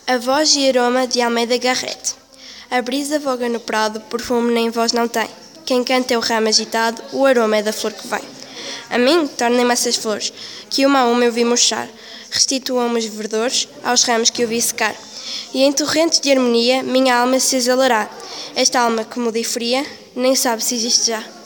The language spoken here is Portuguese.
A voz e aroma de Almeida Garrett. A brisa voga no prado, perfume nem voz não tem. Quem canta é o ramo agitado, o aroma é da flor que vem. A mim, tornem-me essas flores, que uma a uma eu vi murchar. Restituam-me os verdores aos ramos que eu vi secar. E em torrentes de harmonia, minha alma se exalará. Esta alma que muda e fria, nem sabe se existe já.